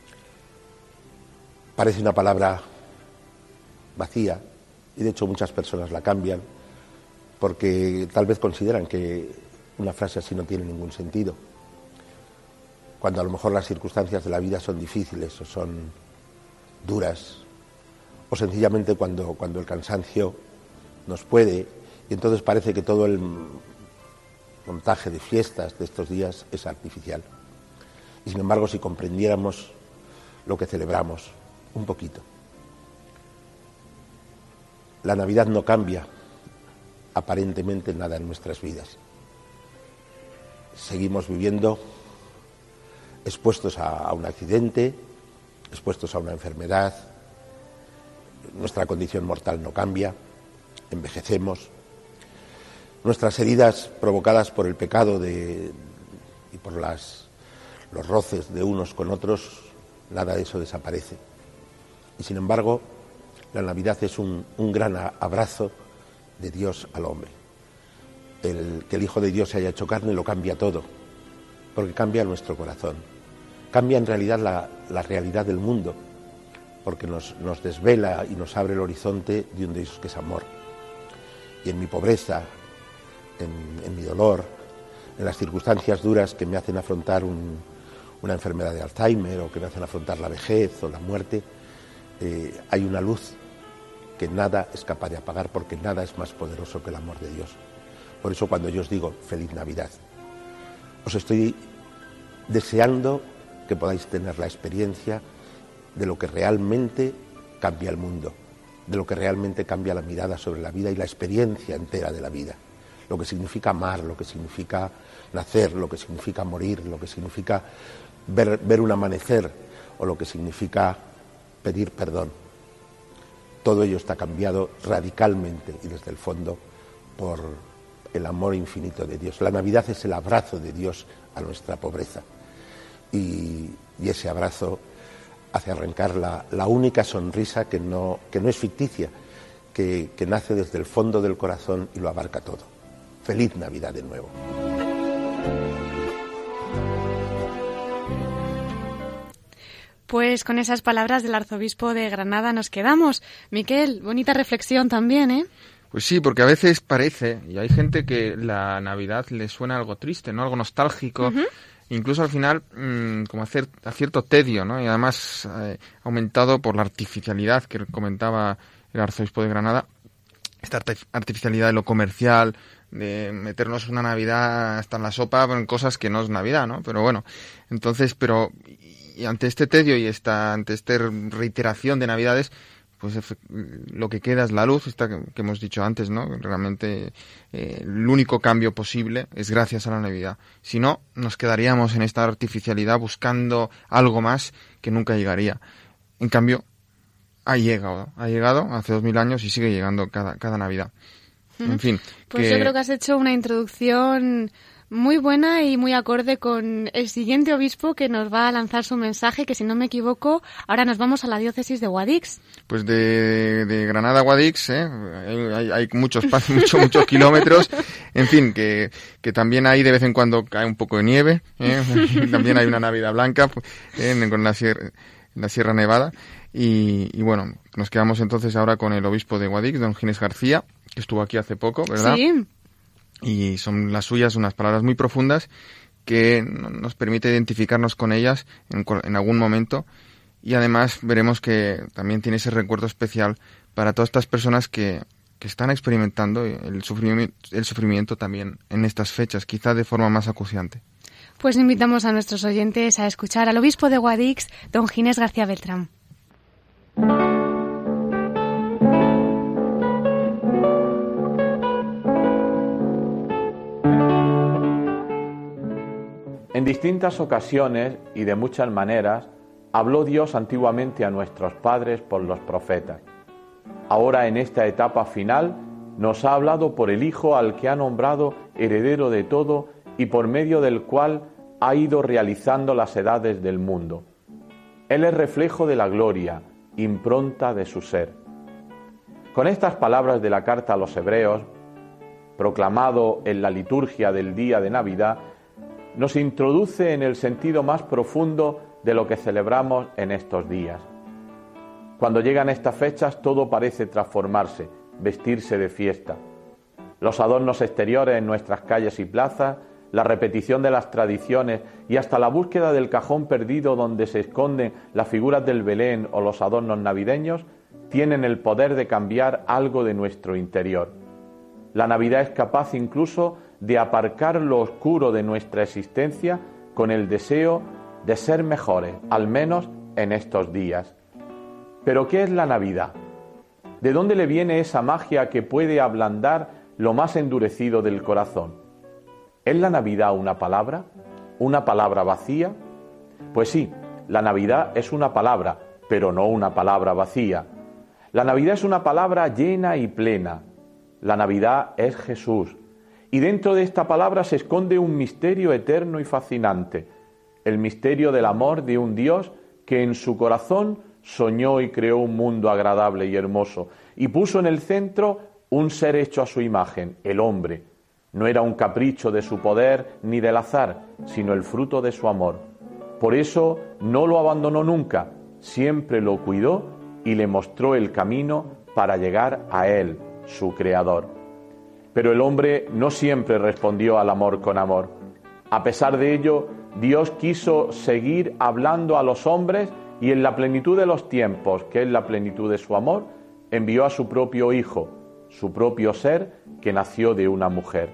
Parece una palabra vacía y de hecho muchas personas la cambian porque tal vez consideran que una frase así no tiene ningún sentido, cuando a lo mejor las circunstancias de la vida son difíciles o son duras, o sencillamente cuando el cansancio nos puede, y entonces parece que todo el montaje de fiestas de estos días es artificial. Y sin embargo, si comprendiéramos lo que celebramos un poquito, la Navidad no cambia aparentemente nada en nuestras vidas. Seguimos viviendo expuestos a un accidente, expuestos a una enfermedad, nuestra condición mortal no cambia, envejecemos, nuestras heridas provocadas por el pecado y por los roces de unos con otros, nada de eso desaparece. Y sin embargo, la Navidad es un gran abrazo de Dios al hombre. que el Hijo de Dios se haya hecho carne lo cambia todo, porque cambia nuestro corazón, cambia en realidad la realidad del mundo, porque nos desvela y nos abre el horizonte de un Dios que es amor. Y en mi pobreza, en mi dolor, en las circunstancias duras que me hacen afrontar una enfermedad de Alzheimer o que me hacen afrontar la vejez o la muerte, hay una luz que nada es capaz de apagar, porque nada es más poderoso que el amor de Dios. Por eso cuando yo os digo feliz Navidad, os estoy deseando que podáis tener la experiencia de lo que realmente cambia el mundo, de lo que realmente cambia la mirada sobre la vida y la experiencia entera de la vida, lo que significa amar, lo que significa nacer, lo que significa morir, lo que significa ver un amanecer o lo que significa pedir perdón. Todo ello está cambiado radicalmente y desde el fondo por el amor infinito de Dios. La Navidad es el abrazo de Dios a nuestra pobreza y ese abrazo hace arrancar la única sonrisa que no es ficticia, que nace desde el fondo del corazón y lo abarca todo. Feliz Navidad de nuevo. Pues con esas palabras del arzobispo de Granada nos quedamos. Miquel, bonita reflexión también, ¿eh? Pues sí, porque a veces parece, y hay gente que la Navidad le suena algo triste, ¿no? Algo nostálgico, incluso al final como a cierto tedio, ¿no? Y además aumentado por la artificialidad que comentaba el arzobispo de Granada, esta artificialidad de lo comercial, de meternos una Navidad hasta en la sopa en cosas que no es Navidad, ¿no? Pero bueno, entonces, y ante este tedio y ante esta reiteración de Navidades, pues lo que queda es la luz, esta que hemos dicho antes, ¿no? Realmente el único cambio posible es gracias a la Navidad. Si no, nos quedaríamos en esta artificialidad buscando algo más que nunca llegaría. En cambio, ha llegado hace 2000 años y sigue llegando cada Navidad. En fin. Pues yo creo que has hecho una introducción muy buena y muy acorde con el siguiente obispo que nos va a lanzar su mensaje, que si no me equivoco, ahora nos vamos a la diócesis de Guadix. Pues de Granada a Guadix, hay mucho espacio, muchos kilómetros, en fin, que también ahí de vez en cuando cae un poco de nieve, también hay una Navidad blanca con la Sierra Nevada, y bueno, nos quedamos entonces ahora con el obispo de Guadix, don Ginés García, que estuvo aquí hace poco, ¿verdad? Sí. Y son las suyas unas palabras muy profundas que nos permite identificarnos con ellas en algún momento, y además veremos que también tiene ese recuerdo especial para todas estas personas que están experimentando el sufrimiento también en estas fechas, quizá de forma más acuciante. Pues invitamos a nuestros oyentes a escuchar al obispo de Guadix, don Ginés García Beltrán. En distintas ocasiones y de muchas maneras habló Dios antiguamente a nuestros padres por los profetas. Ahora, en esta etapa final, nos ha hablado por el Hijo al que ha nombrado heredero de todo y por medio del cual ha ido realizando las edades del mundo. Él es reflejo de la gloria, impronta de su ser. Con estas palabras de la carta a los Hebreos, proclamado en la liturgia del día de Navidad, nos introduce en el sentido más profundo de lo que celebramos en estos días. Cuando llegan estas fechas, todo parece transformarse, vestirse de fiesta. Los adornos exteriores en nuestras calles y plazas, la repetición de las tradiciones y hasta la búsqueda del cajón perdido donde se esconden las figuras del Belén o los adornos navideños, tienen el poder de cambiar algo de nuestro interior. La Navidad es capaz incluso de aparcar lo oscuro de nuestra existencia con el deseo de ser mejores, al menos en estos días. ¿Pero qué es la Navidad? ¿De dónde le viene esa magia que puede ablandar lo más endurecido del corazón? ¿Es la Navidad una palabra? ¿Una palabra vacía? Pues sí, la Navidad es una palabra, pero no una palabra vacía. La Navidad es una palabra llena y plena. La Navidad es Jesús. Y dentro de esta palabra se esconde un misterio eterno y fascinante, el misterio del amor de un Dios que en su corazón soñó y creó un mundo agradable y hermoso, y puso en el centro un ser hecho a su imagen, el hombre, No era un capricho de su poder ni del azar, sino el fruto de su amor. Por eso no lo abandonó nunca, siempre lo cuidó y le mostró el camino para llegar a él, su Creador. Pero el hombre no siempre respondió al amor con amor. A pesar de ello, Dios quiso seguir hablando a los hombres y en la plenitud de los tiempos, que es la plenitud de su amor, envió a su propio Hijo, su propio ser, que nació de una mujer.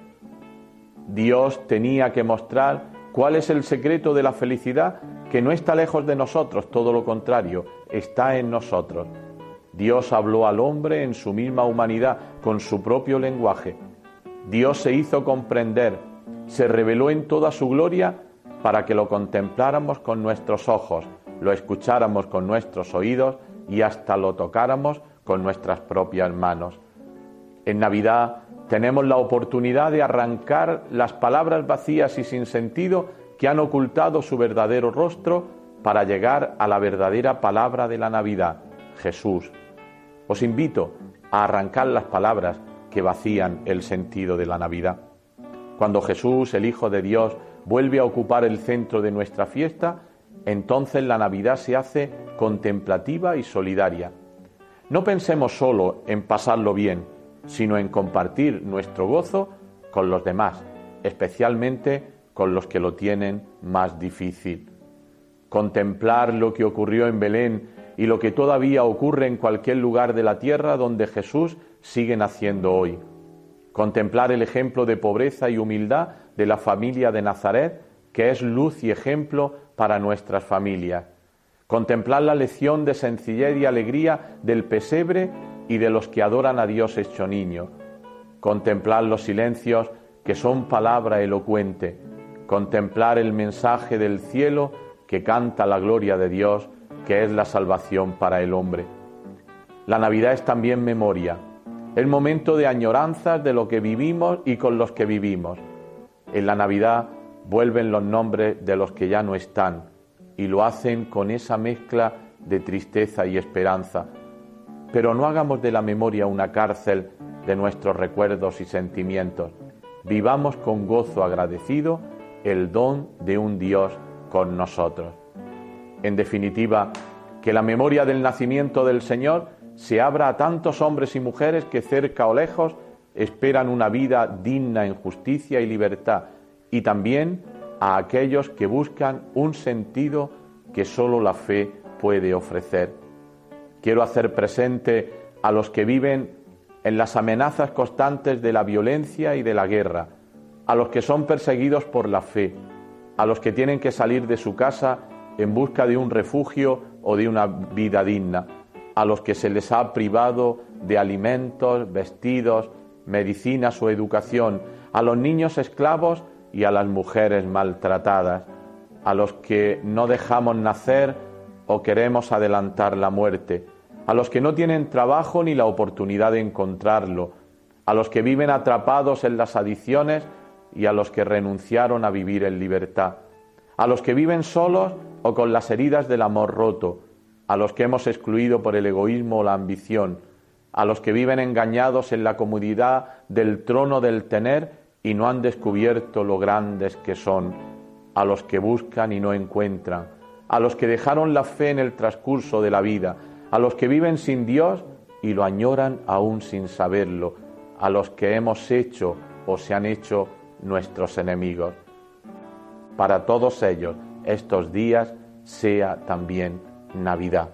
Dios tenía que mostrar cuál es el secreto de la felicidad, que no está lejos de nosotros, todo lo contrario, está en nosotros. Dios habló al hombre en su misma humanidad, con su propio lenguaje. Dios se hizo comprender, se reveló en toda su gloria para que lo contempláramos con nuestros ojos, lo escucháramos con nuestros oídos y hasta lo tocáramos con nuestras propias manos. En Navidad tenemos la oportunidad de arrancar las palabras vacías y sin sentido que han ocultado su verdadero rostro para llegar a la verdadera palabra de la Navidad, Jesús. Os invito a arrancar las palabras que vacían el sentido de la Navidad. Cuando Jesús, el Hijo de Dios, vuelve a ocupar el centro de nuestra fiesta, entonces la Navidad se hace contemplativa y solidaria. No pensemos solo en pasarlo bien, sino en compartir nuestro gozo con los demás, especialmente con los que lo tienen más difícil. Contemplar lo que ocurrió en Belén y lo que todavía ocurre en cualquier lugar de la tierra donde Jesús sigue naciendo hoy. Contemplar el ejemplo de pobreza y humildad de la familia de Nazaret, que es luz y ejemplo para nuestras familias. Contemplar la lección de sencillez y alegría del pesebre y de los que adoran a Dios hecho niño. Contemplar los silencios que son palabra elocuente. Contemplar el mensaje del cielo que canta la gloria de Dios, que es la salvación para el hombre. La Navidad es también memoria. Es momento de añoranzas de lo que vivimos y con los que vivimos. En la Navidad vuelven los nombres de los que ya no están y lo hacen con esa mezcla de tristeza y esperanza. Pero no hagamos de la memoria una cárcel de nuestros recuerdos y sentimientos. Vivamos con gozo agradecido el don de un Dios con nosotros. En definitiva, que la memoria del nacimiento del Señor se abra a tantos hombres y mujeres que cerca o lejos esperan una vida digna en justicia y libertad, y también a aquellos que buscan un sentido que solo la fe puede ofrecer. Quiero hacer presente a los que viven en las amenazas constantes de la violencia y de la guerra, a los que son perseguidos por la fe, a los que tienen que salir de su casa en busca de un refugio o de una vida digna, a los que se les ha privado de alimentos, vestidos, medicinas o educación, a los niños esclavos y a las mujeres maltratadas, a los que no dejamos nacer o queremos adelantar la muerte, a los que no tienen trabajo ni la oportunidad de encontrarlo, a los que viven atrapados en las adicciones y a los que renunciaron a vivir en libertad, a los que viven solos o con las heridas del amor roto, a los que hemos excluido por el egoísmo o la ambición, a los que viven engañados en la comodidad del trono del tener y no han descubierto lo grandes que son, a los que buscan y no encuentran, a los que dejaron la fe en el transcurso de la vida, a los que viven sin Dios y lo añoran aún sin saberlo, a los que hemos hecho o se han hecho nuestros enemigos. Para todos ellos, estos días sea también Navidad.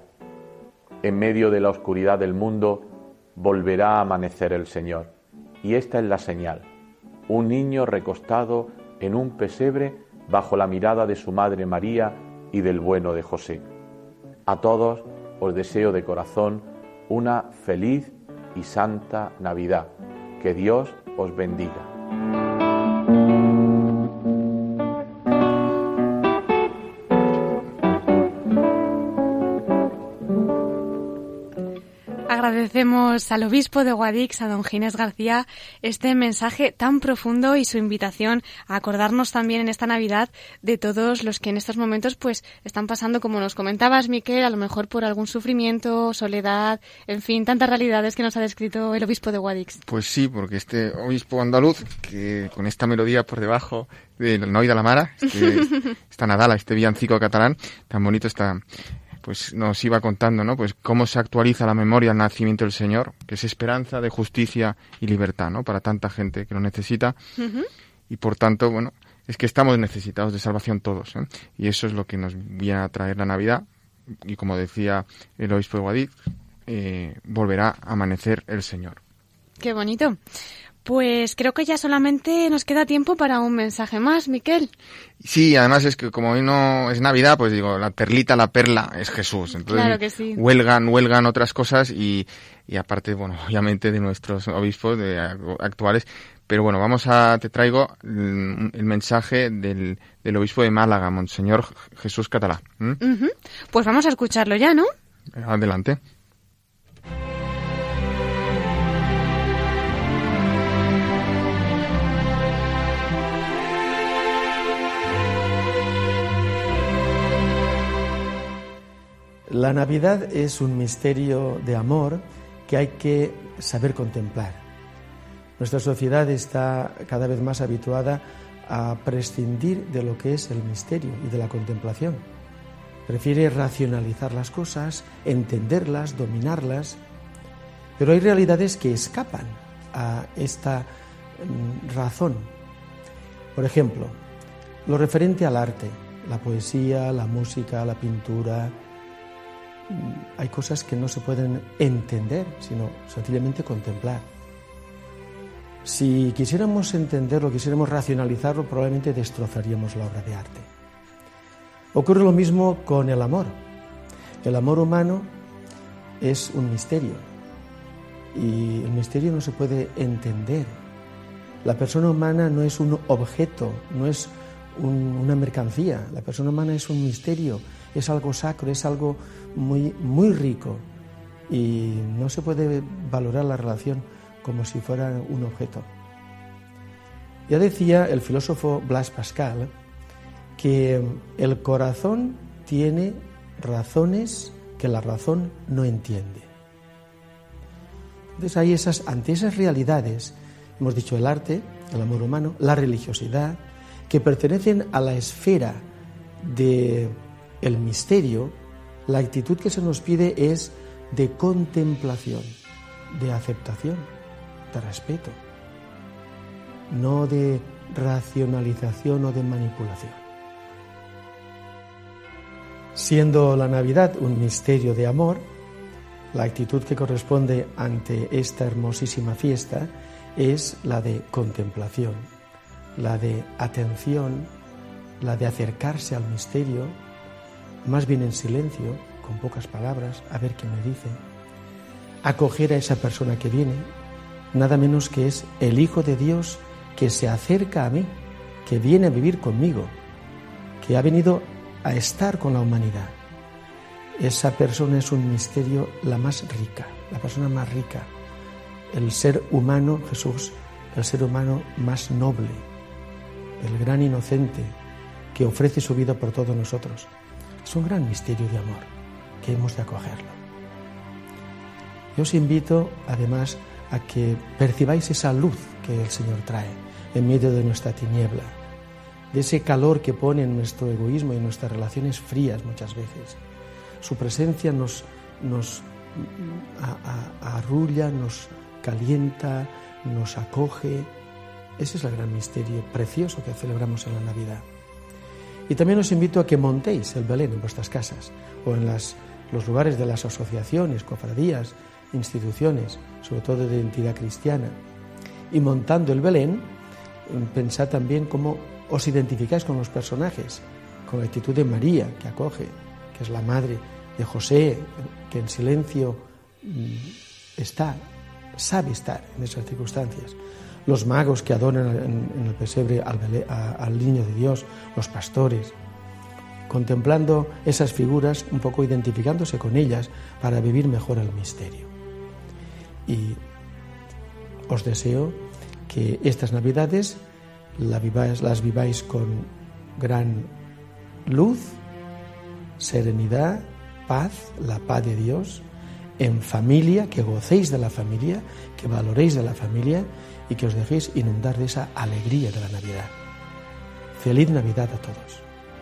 En medio de la oscuridad del mundo volverá a amanecer el Señor. Y esta es la señal: un niño recostado en un pesebre bajo la mirada de su madre María y del bueno de José. A todos os deseo de corazón una feliz y santa Navidad. Que Dios os bendiga. agradecemos al obispo de Guadix, a don Ginés García, este mensaje tan profundo y su invitación a acordarnos también en esta Navidad de todos los que en estos momentos pues están pasando, como nos comentabas, Miquel, a lo mejor por algún sufrimiento, soledad, en fin, tantas realidades que nos ha descrito el obispo de Guadix. Pues sí, porque este obispo andaluz, que con esta melodía por debajo de la Noida la Mara, esta Nadala, este villancico catalán, tan bonito está, pues nos iba contando, ¿no? Pues cómo se actualiza la memoria al nacimiento del Señor, que es esperanza de justicia y libertad, ¿no? Para tanta gente que lo necesita. Y por tanto, bueno, es que estamos necesitados de salvación todos, ¿eh? Y eso es lo que nos viene a traer la Navidad. Y como decía el obispo de Guadix, volverá a amanecer el Señor. Qué bonito. Pues creo que ya solamente nos queda tiempo para un mensaje más, Miquel. Sí, además es que como hoy no es Navidad, pues digo, la perlita, la perla es Jesús. Entonces, claro que sí. Huelgan otras cosas y aparte, bueno, obviamente de nuestros obispos actuales. Pero bueno, te traigo el mensaje del obispo de Málaga, Monseñor Jesús Catalá. Pues vamos a escucharlo ya, ¿no? Adelante. La Navidad es un misterio de amor que hay que saber contemplar. Nuestra sociedad está cada vez más habituada a prescindir de lo que es el misterio y de la contemplación. Prefiere racionalizar las cosas, entenderlas, dominarlas, pero hay realidades que escapan a esta razón. Por ejemplo, lo referente al arte, la poesía, la música, la pintura. Hay cosas que no se pueden entender, sino sencillamente contemplar. Si quisiéramos entenderlo, quisiéramos racionalizarlo, probablemente destrozaríamos la obra de arte. Ocurre lo mismo con el amor. El amor humano es un misterio y el misterio no se puede entender. La persona humana no es un objeto, no es una mercancía. La persona humana es un misterio, es algo sacro, es algo muy, muy rico y no se puede valorar la relación como si fuera un objeto. Ya decía el filósofo Blaise Pascal que el corazón tiene razones que la razón no entiende. Entonces hay ante esas realidades, hemos dicho el arte, el amor humano, la religiosidad, que pertenecen a la esfera del misterio. La actitud que se nos pide es de contemplación, de aceptación, de respeto, no de racionalización o de manipulación. Siendo la Navidad un misterio de amor, la actitud que corresponde ante esta hermosísima fiesta es la de contemplación, la de atención, la de acercarse al misterio, más bien en silencio, con pocas palabras, a ver qué me dice, acoger a esa persona que viene, nada menos que es el Hijo de Dios que se acerca a mí, que viene a vivir conmigo, que ha venido a estar con la humanidad. Esa persona es un misterio la más rica, la persona más rica, el ser humano, Jesús, el ser humano más noble, el gran inocente que ofrece su vida por todos nosotros. Es un gran misterio de amor que hemos de acogerlo. Yo os invito, además, a que percibáis esa luz que el Señor trae en medio de nuestra tiniebla, de ese calor que pone en nuestro egoísmo y en nuestras relaciones frías muchas veces. Su presencia nos arrulla, nos calienta, nos acoge. Ese es el gran misterio precioso que celebramos en la Navidad. Y también os invito a que montéis el Belén en vuestras casas o en los lugares de las asociaciones, cofradías, instituciones, sobre todo de identidad cristiana. Y montando el Belén, pensad también cómo os identificáis con los personajes, con la actitud de María, que acoge, que es la madre de José, que en silencio sabe estar en esas circunstancias. Los magos que adoran en el pesebre al niño de Dios, los pastores, contemplando esas figuras, un poco identificándose con ellas para vivir mejor el misterio. y os deseo que estas Navidades las viváis con gran luz, serenidad, paz, la paz de Dios, en familia, que gocéis de la familia, que valoréis de la familia y que os dejéis inundar de esa alegría de la Navidad. Feliz Navidad a todos.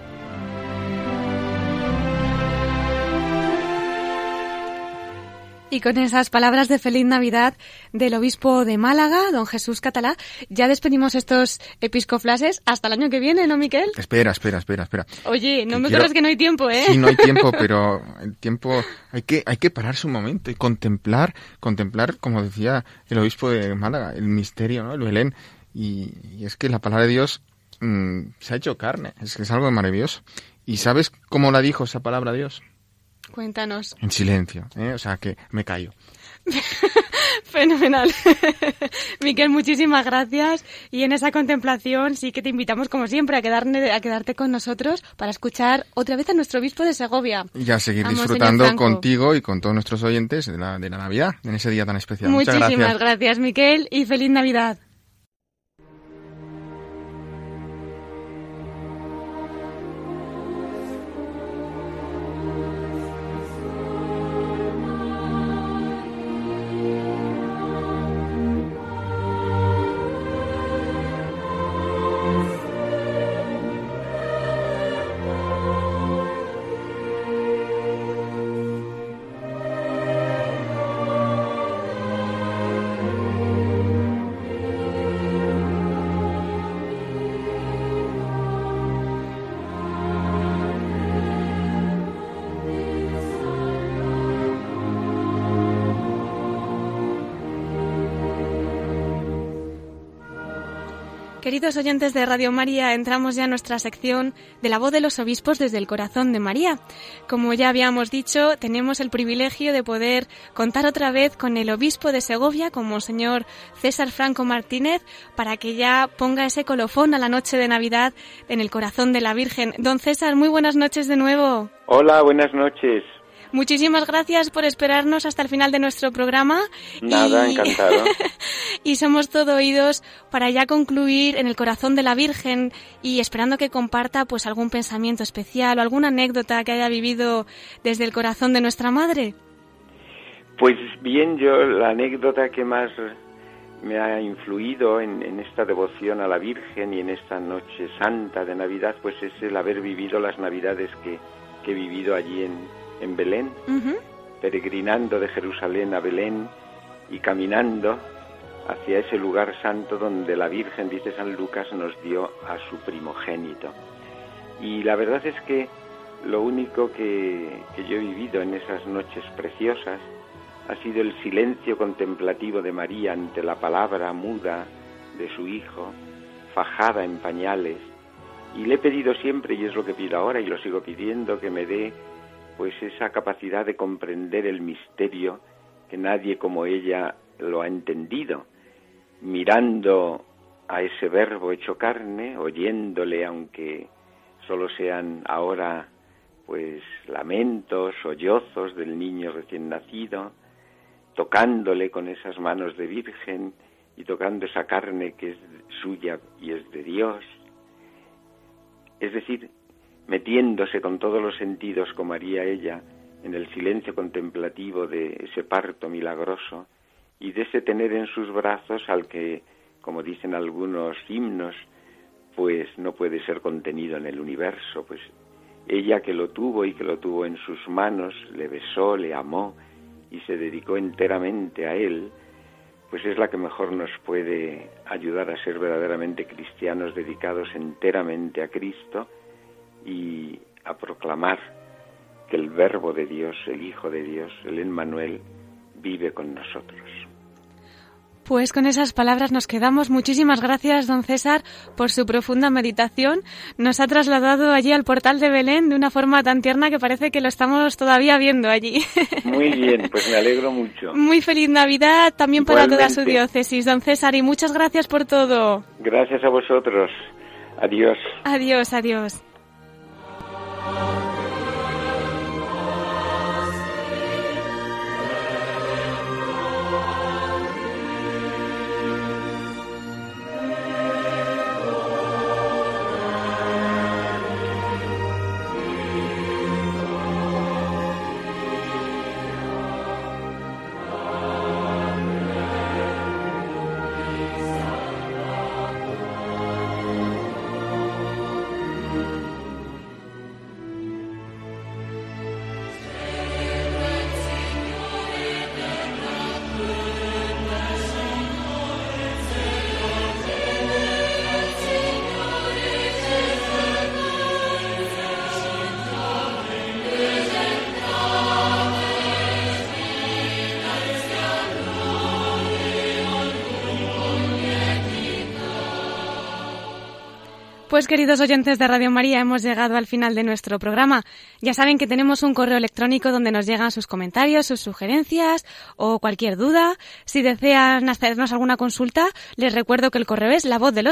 Y con esas palabras de feliz Navidad del obispo de Málaga, don Jesús Catalá, ya despedimos estos episcoflases hasta el año que viene, ¿no, Miquel? Espera. Oye, no me digas que no hay tiempo, ¿eh? Sí, no hay tiempo, pero el tiempo hay que pararse un momento y contemplar, como decía el obispo de Málaga, el misterio, ¿no? El Belén. Y es que la palabra de Dios se ha hecho carne, es que es algo maravilloso. ¿Y sabes cómo la dijo esa palabra Dios? Cuéntanos. En silencio, o sea que me callo. Fenomenal. Miquel, muchísimas gracias. Y en esa contemplación sí que te invitamos, como siempre, a quedarte con nosotros para escuchar otra vez a nuestro obispo de Segovia. Y a seguir disfrutando contigo y con todos nuestros oyentes de la Navidad, en ese día tan especial. Muchísimas gracias, Miquel, y feliz Navidad. Queridos oyentes de Radio María, entramos ya en nuestra sección de la voz de los obispos desde el corazón de María. Como ya habíamos dicho, tenemos el privilegio de poder contar otra vez con el obispo de Segovia, con Monseñor César Franco Martínez, para que ya ponga ese colofón a la noche de Navidad en el corazón de la Virgen. Don César, muy buenas noches de nuevo. Hola, buenas noches. Muchísimas gracias por esperarnos hasta el final de nuestro programa. Nada, encantado. Y somos todo oídos para ya concluir en el corazón de la Virgen y esperando que comparta pues algún pensamiento especial o alguna anécdota que haya vivido desde el corazón de nuestra Madre. Pues bien, yo la anécdota que más me ha influido en esta devoción a la Virgen y en esta noche santa de Navidad, pues es el haber vivido las Navidades que he vivido allí en Belén, peregrinando de Jerusalén a Belén y caminando hacia ese lugar santo donde la Virgen, dice San Lucas, nos dio a su primogénito. Y la verdad es que lo único que yo he vivido en esas noches preciosas ha sido el silencio contemplativo de María ante la palabra muda de su Hijo, fajada en pañales, y le he pedido siempre, y es lo que pido ahora y lo sigo pidiendo, que me dé pues esa capacidad de comprender el misterio que nadie como ella lo ha entendido, mirando a ese verbo hecho carne, oyéndole, aunque solo sean ahora pues lamentos, sollozos del niño recién nacido, tocándole con esas manos de virgen y tocando esa carne que es suya y es de Dios. Es decir, metiéndose con todos los sentidos como haría ella en el silencio contemplativo de ese parto milagroso y de ese tener en sus brazos al que, como dicen algunos himnos, pues no puede ser contenido en el universo, pues ella que lo tuvo y que lo tuvo en sus manos, le besó, le amó y se dedicó enteramente a él, pues es la que mejor nos puede ayudar a ser verdaderamente cristianos dedicados enteramente a Cristo y a proclamar que el Verbo de Dios, el Hijo de Dios, el Emmanuel, vive con nosotros. Pues con esas palabras nos quedamos. Muchísimas gracias, don César, por su profunda meditación. Nos ha trasladado allí al portal de Belén de una forma tan tierna que parece que lo estamos todavía viendo allí. Muy bien, pues me alegro mucho. Muy feliz Navidad también para Igualmente. toda su diócesis, don César, y muchas gracias por todo. Gracias a vosotros. Adiós. Adiós, adiós. Pues queridos oyentes de Radio María, hemos llegado al final de nuestro programa. Ya saben que tenemos un correo electrónico donde nos llegan sus comentarios, sus sugerencias o cualquier duda. Si desean hacernos alguna consulta, les recuerdo que el correo es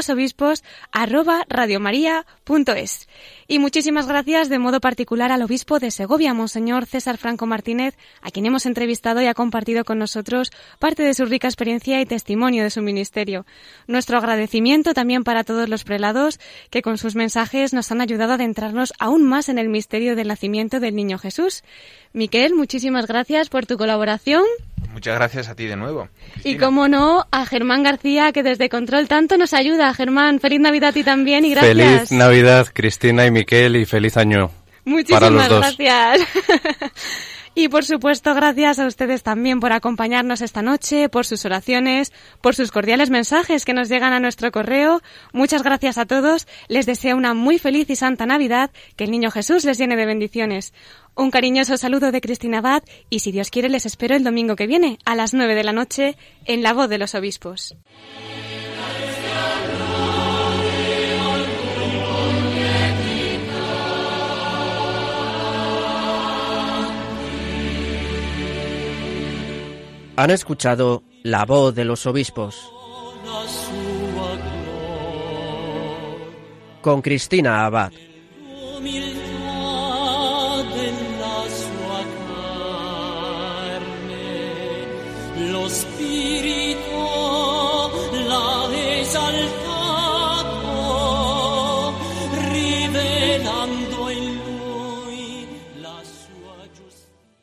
lavozdelosobispos@radiomaria.es. Y muchísimas gracias de modo particular al obispo de Segovia, Monseñor César Franco Martínez, a quien hemos entrevistado y ha compartido con nosotros parte de su rica experiencia y testimonio de su ministerio. Nuestro agradecimiento también para todos los prelados que con sus mensajes nos han ayudado a adentrarnos aún más en el misterio del nacimiento del Niño Jesús. Miquel, muchísimas gracias por tu colaboración. Muchas gracias a ti de nuevo, Cristina. Y cómo no, a Germán García, que desde Control tanto nos ayuda. Germán, feliz Navidad a ti también y gracias. Feliz Navidad, Cristina y Miquel, y feliz año para los dos. Muchísimas gracias. Y por supuesto, gracias a ustedes también por acompañarnos esta noche, por sus oraciones, por sus cordiales mensajes que nos llegan a nuestro correo. Muchas gracias a todos. Les deseo una muy feliz y santa Navidad, que el Niño Jesús les llene de bendiciones. Un cariñoso saludo de Cristina Abad y si Dios quiere les espero el domingo que viene a las 9 de la noche en La Voz de los Obispos. Han escuchado La Voz de los Obispos con Cristina Abad. Lo spirito